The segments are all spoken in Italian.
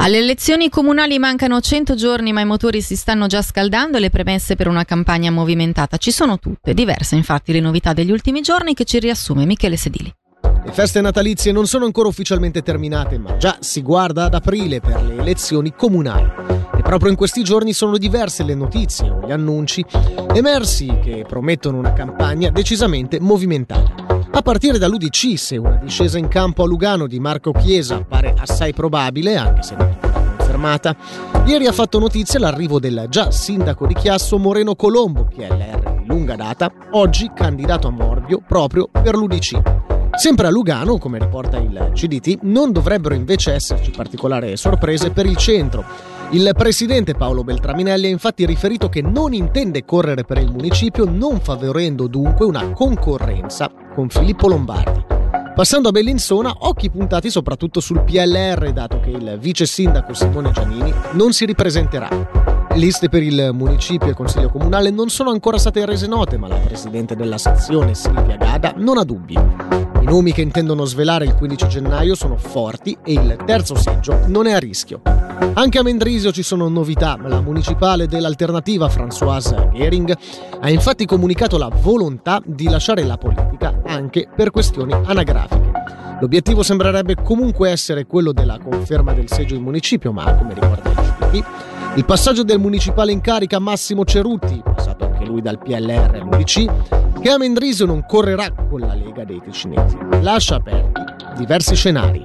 Alle elezioni comunali mancano 100 giorni, ma i motori si stanno già scaldando e le premesse per una campagna movimentata ci sono tutte. Diverse infatti le novità degli ultimi giorni che ci riassume Michele Sedili. Le feste natalizie non sono ancora ufficialmente terminate, ma già si guarda ad aprile per le elezioni comunali. E proprio in questi giorni sono diverse le notizie o gli annunci emersi che promettono una campagna decisamente movimentata. A partire dall'UDC, se una discesa in campo a Lugano di Marco Chiesa appare assai probabile, anche se non è confermata, ieri ha fatto notizia l'arrivo del già sindaco di Chiasso Moreno Colombo, PLR di lunga data, oggi candidato a Morvio proprio per l'UDC. Sempre a Lugano, come riporta il CDT, non dovrebbero invece esserci particolari sorprese per il centro. Il presidente Paolo Beltraminelli ha infatti riferito che non intende correre per il municipio, non favorendo dunque una concorrenza con Filippo Lombardi. Passando a Bellinzona, occhi puntati soprattutto sul PLR, dato che il vice sindaco Simone Giannini non si ripresenterà. Liste per il municipio e consiglio comunale non sono ancora state rese note, ma la presidente della sezione Silvia Gada non ha dubbi. I nomi che intendono svelare il 15 gennaio sono forti e il terzo seggio non è a rischio. Anche a Mendrisio ci sono novità. La municipale dell'Alternativa, Françoise Gehring, ha infatti comunicato la volontà di lasciare la politica anche per questioni anagrafiche. L'obiettivo sembrerebbe comunque essere quello della conferma del seggio in municipio, ma come ricorda il CDP, il passaggio del municipale in carica Massimo Cerutti, passato anche lui dal PLR all'UDC, che a Mendrisio non correrà con la Lega dei Ticinesi, lascia aperti diversi scenari.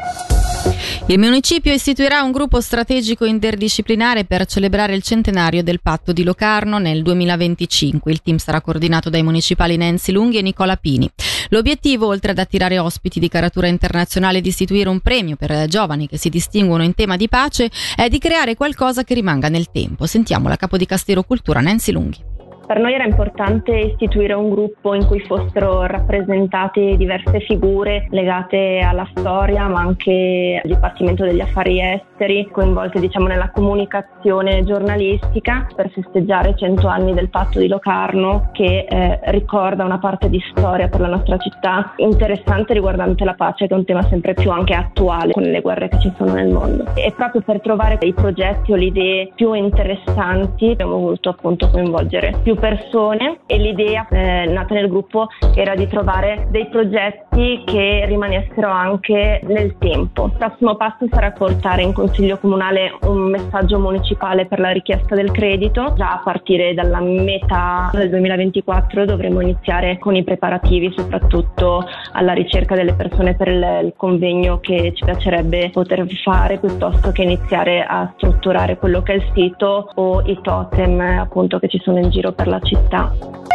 Il municipio istituirà un gruppo strategico interdisciplinare per celebrare il centenario del patto di Locarno nel 2025. Il team sarà coordinato dai municipali Nancy Lunghi e Nicola Pini. L'obiettivo, oltre ad attirare ospiti di caratura internazionale e di istituire un premio per giovani che si distinguono in tema di pace, è di creare qualcosa che rimanga nel tempo. Sentiamo la capo di Castero Cultura Nancy Lunghi. Per noi era importante istituire un gruppo in cui fossero rappresentate diverse figure legate alla storia, ma anche al Dipartimento degli Affari Esteri, coinvolte nella comunicazione giornalistica, per festeggiare 100 anni del patto di Locarno, che ricorda una parte di storia per la nostra città interessante riguardante la pace, che è un tema sempre più anche attuale con le guerre che ci sono nel mondo. E proprio per trovare i progetti o le idee più interessanti abbiamo voluto appunto coinvolgere più persone, e l'idea nata nel gruppo era di trovare dei progetti che rimanessero anche nel tempo. Il prossimo passo sarà portare in consiglio comunale un messaggio municipale per la richiesta del credito. Già a partire dalla metà del 2024 dovremo iniziare con i preparativi, soprattutto alla ricerca delle persone per il convegno che ci piacerebbe poter fare, piuttosto che iniziare a strutturare quello che è il sito o i totem appunto che ci sono in giro per la città.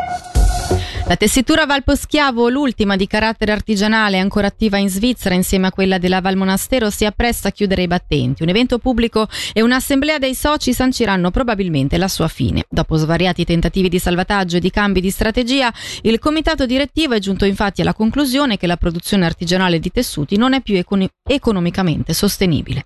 La tessitura Valposchiavo, l'ultima di carattere artigianale ancora attiva in Svizzera insieme a quella della Val Monastero, si appresta a chiudere i battenti. Un evento pubblico e un'assemblea dei soci sanciranno probabilmente la sua fine. Dopo svariati tentativi di salvataggio e di cambi di strategia, il comitato direttivo è giunto infatti alla conclusione che la produzione artigianale di tessuti non è più economicamente sostenibile.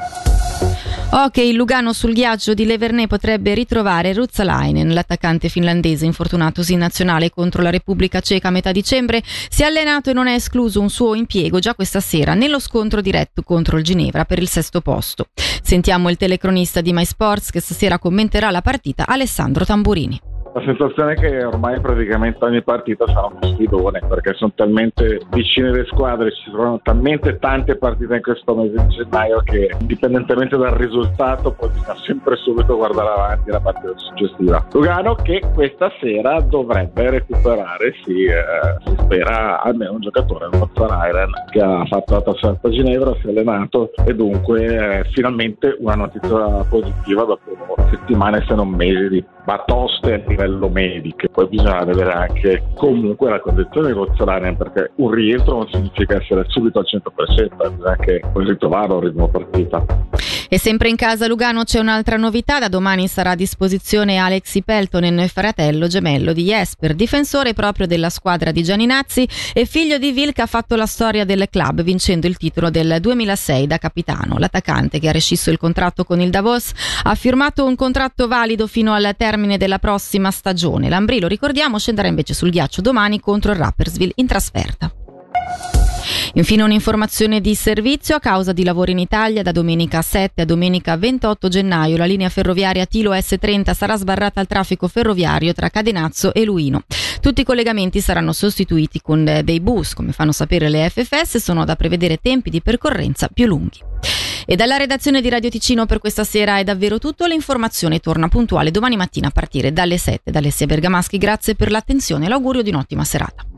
Il Lugano sul ghiaccio di Levernay potrebbe ritrovare Ruotsalainen, l'attaccante finlandese infortunatosi in nazionale contro la Repubblica Ceca a metà dicembre. Si è allenato e non è escluso un suo impiego già questa sera nello scontro diretto contro il Ginevra per il 6º posto. Sentiamo il telecronista di MySports che stasera commenterà la partita, Alessandro Tamburini. La sensazione è che ormai praticamente ogni partita sarà uno sfidone, perché sono talmente vicine le squadre, ci sono talmente tante partite in questo mese di gennaio che indipendentemente dal risultato poi bisogna sempre subito guardare avanti la partita successiva. Lugano che questa sera dovrebbe recuperare, si spera, almeno un giocatore, Ruotsalainen, che ha fatto la trasferta a Ginevra, si è allenato e dunque finalmente una notizia positiva dopo settimane se non mesi di batoste a livello medico. Poi bisogna vedere anche comunque la condizione di Ruotsalainen, perché un rientro non significa essere subito al 100%, bisogna anche poi ritrovarlo al ritmo partita. E sempre in casa Lugano c'è un'altra novità: da domani sarà a disposizione Alexi Peltonen, fratello gemello di Jesper, difensore proprio della squadra di Gianinazzi e figlio di Vil, che ha fatto la storia del club vincendo il titolo del 2006 da capitano. L'attaccante, che ha rescisso il contratto con il Davos, ha firmato un contratto valido fino al termine della prossima stagione. L'Ambrì, lo ricordiamo, scenderà invece sul ghiaccio domani contro il Rapperswil in trasferta. Infine un'informazione di servizio: a causa di lavori in Italia da domenica 7 a domenica 28 gennaio la linea ferroviaria Tilo S30 sarà sbarrata al traffico ferroviario tra Cadenazzo e Luino. Tutti i collegamenti saranno sostituiti con dei bus, come fanno sapere le FFS, sono da prevedere tempi di percorrenza più lunghi. E dalla redazione di Radio Ticino per questa sera è davvero tutto. L'informazione torna puntuale domani mattina a partire dalle 7 da Alessia Bergamaschi. Grazie per l'attenzione e l'augurio di un'ottima serata.